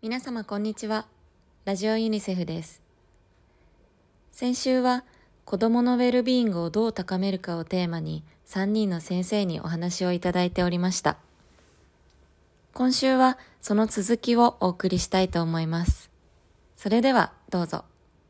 皆様こんにちは。ラジオユニセフです。先週は子どものウェルビーイングをどう高めるかをテーマに3人の先生にお話をいただいておりました。今週はその続きをお送りしたいと思います。それではどうぞ。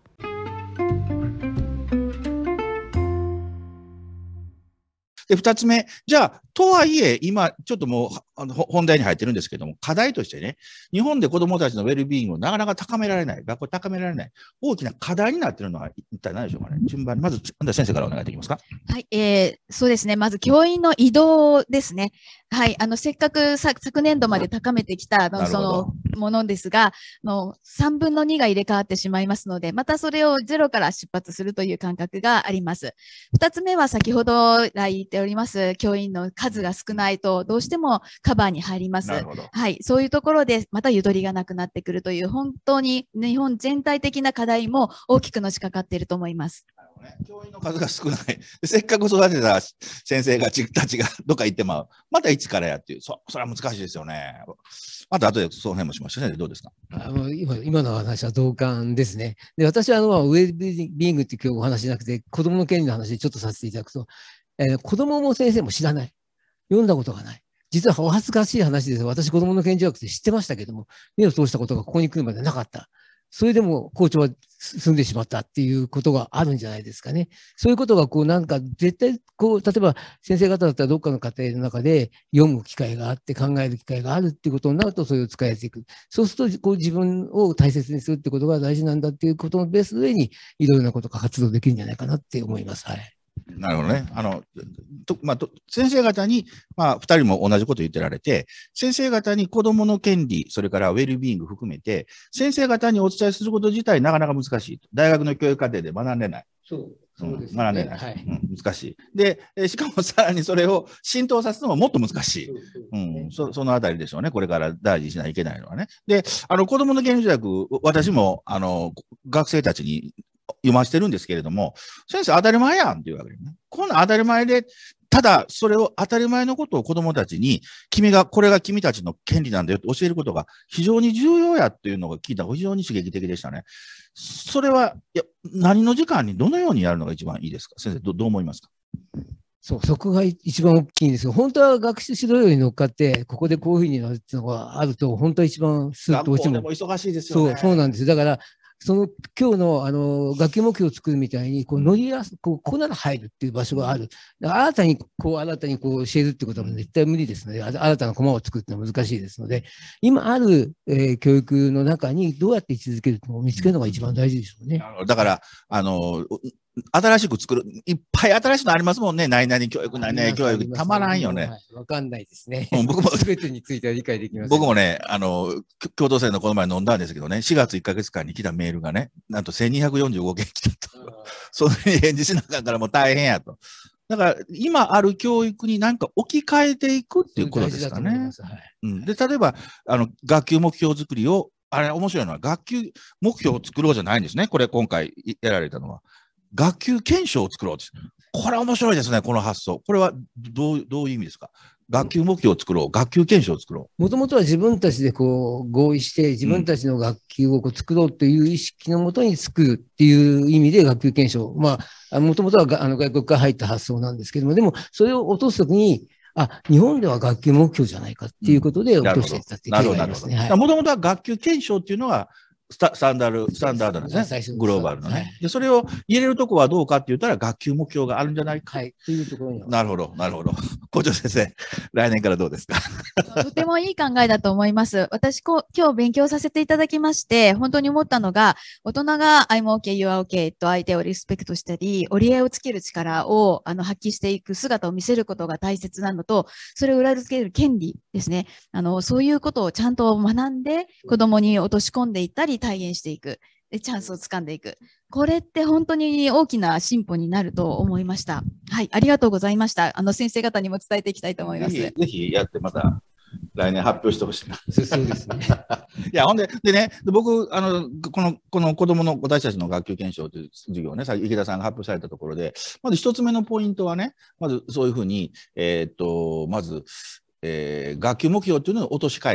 で、二つ目、じゃあ、とはいえ、今、ちょっともう本題に入ってるんですけども、課題としてね、日本で子どもたちのウェルビーイングをなかなか高められない、学校高められない、大きな課題になっているのは一体何でしょうかね。順番に、まず、先生からお願いできますか。 はい、そうですね。まず教員の移動ですね。はい、せっかく昨年度まで高めてきたそのものですが、3分の2が入れ替わってしまいますので、またそれをゼロから出発するという感覚があります。2つ目は先ほど来言っております、教員の数が少ないとどうしてもカバーに入ります。はい、そういうところでまたゆとりがなくなってくるという、本当に日本全体的な課題も大きくのしかかっていると思います。 教員の数が少ない。せっかく育てた先生たちがどっか行ってまた一からやっていう、それは難しいですよね。また後でその辺もしましたね。どうですか。 今の話は同感ですね。で、私はウェルビーイングって今日お話じゃなくて、子供の権利の話でちょっとさせていただくと、子供も先生も知らない。読んだことがない。実はお恥ずかしい話です。私、子供の権利学って知ってましたけども、目を通したことがここに来るまでなかった。それでも校長は済んでしまったっていうことがあるんじゃないですかね。そういうことがなんか絶対例えば先生方だったらどっかの家庭の中で読む機会があって考える機会があるっていうことになるとそれを使えていく。そうすると自分を大切にするってことが大事なんだっていうことのベース上にいろいろなことが活動できるんじゃないかなって思います。はい。 なるほどね。先生方に、2人も同じこと言ってられて、先生方に子どもの権利、それからウェルビーイング含めて、先生方にお伝えすること自体なかなか難しい。大学の教育課程で学んでない。 そうですね。 学んでない、はい。難しい。で、しかもさらにそれを浸透させるのももっと難しい。そのあたりでしょうね。これから大事にしないといけないのはね。で、子どもの権利条約、私も、学生たちに読ませてるんですけれども、先生当たり前やんっていうわけでね。こんな当たり前で、ただそれを当たり前のことを子供たちに、これが君たちの権利なんだよって教えることが非常に重要やっていうのが聞いたのが非常に刺激的でしたね。それは、何の時間にどのようにやるのが一番いいですか。先生、どう思いますか。 そこが一番大きいんですよ。本当は学習指導要に乗っかって、ここでこういうふうになるっていうのがあると、本当は一番スッと落ちる。 学校でも忙しいですよね。 そうなんです。だから、今日の学級目標を作るみたいに、ここなら入るっていう場所がある。新たに教えるってことは絶対無理ですので、新たな駒を作るってのは難しいですので、今ある、教育の中にどうやって位置づけるのを見つけるのが一番大事でしょうね。 だから、新しく作る、いっぱい新しいのありますもんね。何々教育、何々教育、たまらんよね。 わかんないですね。 僕も、 すべてについては理解できます。 僕もね、共同生のこの前飲んだんですけどね、4月1ヶ月間に来たメールがね、なんと1245件来たと。それに返事しなかったらもう大変やと。だから、今ある教育に何か置き換えていくっていうことですかね。で、例えば、学級目標作りを、あれ面白いのは、学級目標を作ろうじゃないんですね。これ今回やられたのは。学級検証を作ろうです。これ面白いですね、この発想。これはどういう意味ですか。学級目標を作ろう、学級検証を作ろう。 もともとは自分たちで合意して、自分たちの学級を作ろうという意識のもとに作るっていう意味で学級検証。もともとは外国から入った発想なんですけども、でもそれを落とすときに、日本では学級目標じゃないかっていうことで落としていったっていう経緯がありますね。 もともとは学級検証っていうのは、スタンダードなんですね。グローバルのね。で、それを入れるとこはどうかって言ったら、学級目標があるんじゃないか。 というところに。 なるほど。校長先生、来年からどうですか。 とてもいい考えだと思います。私、今日勉強させていただきまして、本当に思ったのが、大人が I'm okay, you are okay と相手をリスペクトしたり、折り合いをつける力を発揮していく姿を見せることが大切なのと、それを裏付ける権利ですね。そういうことをちゃんと学んで、子供に落とし込んでいったり、体現していく。で、チャンスをつかんでいく。これって本当に大きな進歩になると思いました。はい、ありがとうございました。先生方にも伝えていきたいと思います。 ぜひやってまた来年発表してほしいな。 そうですね。 いや、ほんでね、僕、この子供の私たちの学級検証という授業ね、さっき池田さんが発表されたところで、まず一つ目のポイントはね、まずそういうふうに、まず、学級目標というのを落とし替えたと。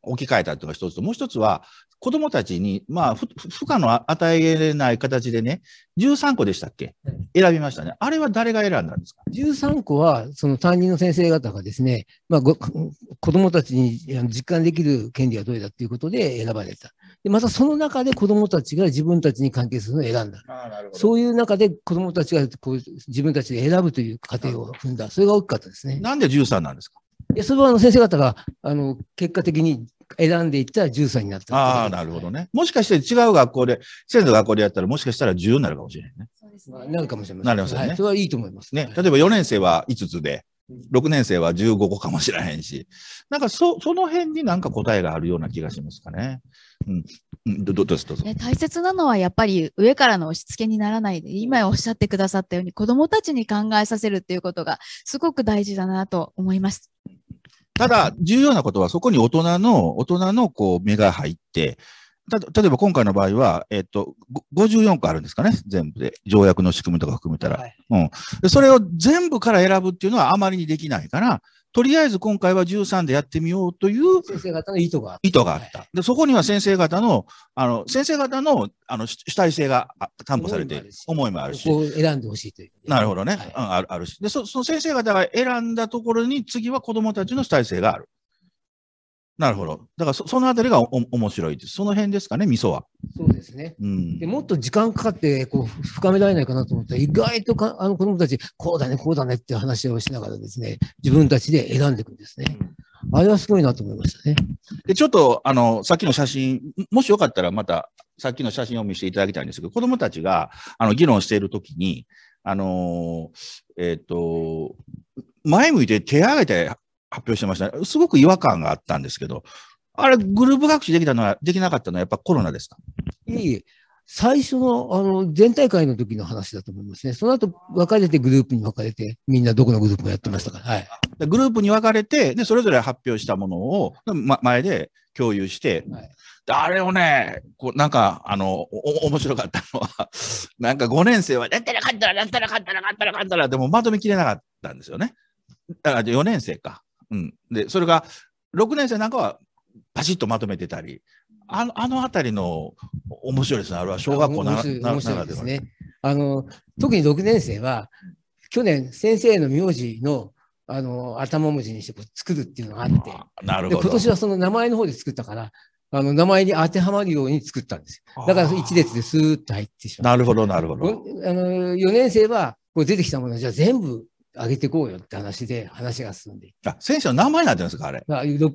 置き換えたというのが一つと、もう一つは、子供たちに、負荷の与えれない形でね、13個でしたっけ、選びましたね。あれは誰が選んだんですか ？13個は、その担任の先生方がですね、子供たちに実感できる権利はどれだということで選ばれた。で、またその中で子供たちが自分たちに関係するのを選んだ。そういう中で子供たちがこう自分たちで選ぶという過程を踏んだ。それが大きかったですね。 なんで13なんですか？ いや、それは先生方が、結果的に選んでいったら13になった。 ああ、なるほどね。もしかして違う学校で、先生の学校でやったら、もしかしたら10になるかもしれないね。 なるかもしれません。 なりますよね。 はい、それはいいと思います。 ね。例えば4年生は5つで、6年生は15個かもしれへんし、なんかその辺になんか答えがあるような気がしますかね。どうぞ。 大切なのはやっぱり上からの押し付けにならないで、今おっしゃってくださったように子どもたちに考えさせるっていうことがすごく大事だなと思います。 ただ、重要なことはそこに大人のこう目が入って、例えば今回の場合は、54個あるんですかね、全部で。条約の仕組みとか含めたら。でそれを全部から選ぶっていうのはあまりにできないから、とりあえず今回は13でやってみようという先生方の意図があった。で、そこには先生方の主体性が担保されている。思いもあるし。 ここを選んでほしいという。 なるほどね。あるし。で、その先生方が選んだところに次は子供たちの主体性がある。なるほど。だからそのあたりが面白いです。その辺ですかね、味噌は。 そうですね。でもっと時間かかって深められないかなと思ったら、意外と子供たち、こうだねって話をしながらですね、自分たちで選んでいくんですね。あれはすごいなと思いましたね。 で、ちょっと、さっきの写真、もしよかったらまた、さっきの写真を見せていただきたいんですけど、子供たちが、議論しているときに、前向いて手を挙げて発表してましたね。すごく違和感があったんですけど、あれ、グループ学習できなかったのはやっぱコロナですか？ いい。最初の、全体会の時の話だと思いますね。その後、分かれてグループに分かれて、みんなどこのグループもやってましたから。はい。 グループに分かれて、で、それぞれ発表したものを、前で共有して、はい、あれをね、なんか、面白かったのは、なんか5年生は、やったら勝ったら、でもまとめきれなかったんですよね。だから4年生か。で、それが、6年生なんかは、パシッとまとめてたり、あのあたりの面白いですね。あれは小学校ならではですね。特に6年生は、去年先生の名字の、頭文字にして作るっていうのがあって、 なるほど。 今年はその名前の方で作ったから、名前に当てはまるように作ったんですよ。だから一列でスーッと入ってしまう。 なるほど。 4年生は、出てきたものをじゃあ全部上げていこうよって話で話が進んでいった。 選手の名前になってるんですか、あれ。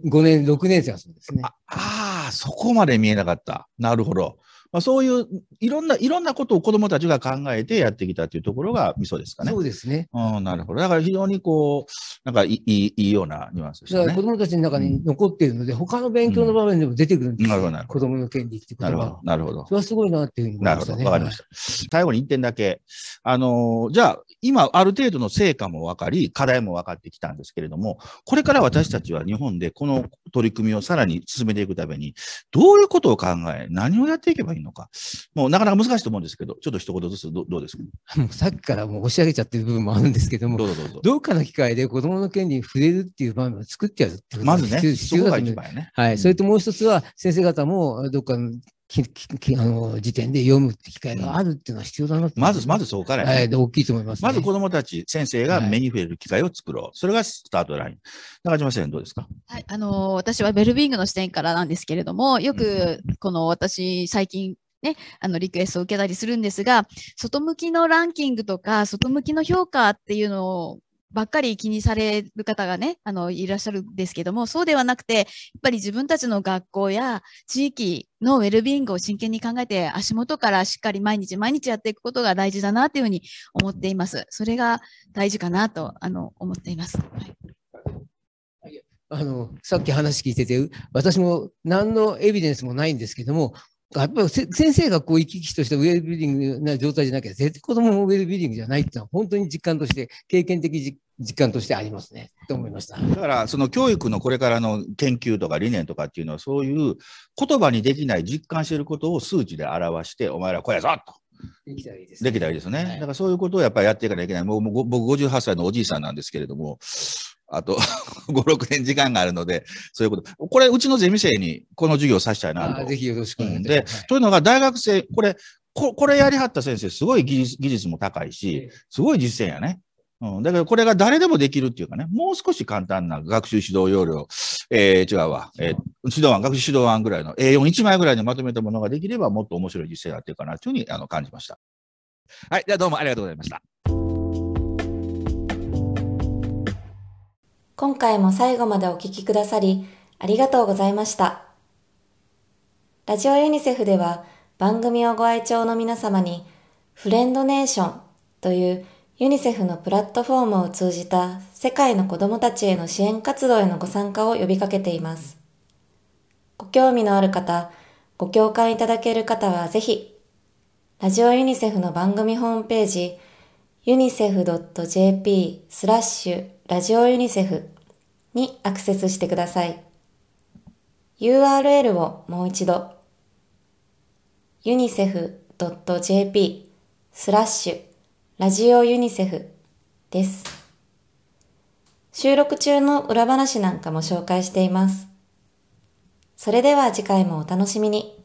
6年生はそうですね。 そこまで見えなかった。なるほど。そういういろんなことを子どもたちが考えてやってきたというところが味噌ですかね。 そうですね。 なるほど。だから非常になんかいいようなニュアンスですね。 だから子どもたちの中に残っているので、他の勉強の場面でも出てくるんですよ。子どもの権利っていうことが。 なるほど。 それはすごいなっていうふうに思いましたね。 わかりました。最後に1点だけ。じゃあ、今、ある程度の成果も分かり、課題も分かってきたんですけれども、これから私たちは日本でこの取り組みをさらに進めていくために、どういうことを考え、何をやっていけばいいのか。もうなかなか難しいと思うんですけど、ちょっと一言ずつどうですか？ もうさっきからもう押し上げちゃってる部分もあるんですけども、どうかの機会で子どもの権利に触れるっていう場面を作ってやるってことが必要だと思います。はい。それともう一つは、先生方もどっかの時点で読むって機会があるっていうのは必要だなと。 まずそうからね。 はい。大きいと思います。 まず子どもたち、先生が目に触れる機会を作ろう。それがスタートライン。中島先生、どうですか？ はい。私はベルビーイングの視点からなんですけれども、よく、私、最近、ね、リクエストを受けたりするんですが、外向きのランキングとか、外向きの評価っていうのをばっかり気にされる方がね、いらっしゃるんですけども、そうではなくて、やっぱり自分たちの学校や地域のウェルビーイングを真剣に考えて、足元からしっかり毎日やっていくことが大事だなというふうに思っています。それが大事かなと、思っています。はい、 さっき話聞いてて、私も何のエビデンスもないんですけども、やっぱり先生が生き生きとしたウェルビーイングな状態じゃなきゃ、絶対子供もウェルビーイングじゃないっていうのは、本当に実感として、経験的実感としてありますね、と思いました。 だから、その教育のこれからの研究とか理念とかっていうのは、そういう言葉にできない実感していることを数値で表して、お前らこれやぞと。 できたらいいですね。 できたらいいですね。はい、だからそういうことをやっぱりやっていかなきゃいけない。僕58歳のおじいさんなんですけれども、 あと5、6年時間があるので、そういうこと。これ、うちのゼミ生にこの授業をさせたいなと。 ぜひよろしくお願いします。 で、というのが大学生、これやりはった先生、すごい技術も高いし、すごい実践やね。だけど、これが誰でもできるっていうかね、もう少し簡単な学習指導要領、違うわ、学習指導案ぐらいの A41 枚ぐらいでまとめたものができれば、もっと面白い実践やっていくかなというふうに感じました。はい、じゃあどうもありがとうございました。 今回も最後までお聞きくださり、ありがとうございました。ラジオユニセフでは、番組をご愛聴の皆様に、フレンドネーションというユニセフのプラットフォームを通じた世界の子どもたちへの支援活動へのご参加を呼びかけています。ご興味のある方、ご共感いただける方はぜひ、ラジオユニセフの番組ホームページ、unicef.jp/ ラジオユニセフにアクセスしてください。URL をもう一度、unicef.jp/ ラジオユニセフです。収録中の裏話なんかも紹介しています。それでは次回もお楽しみに。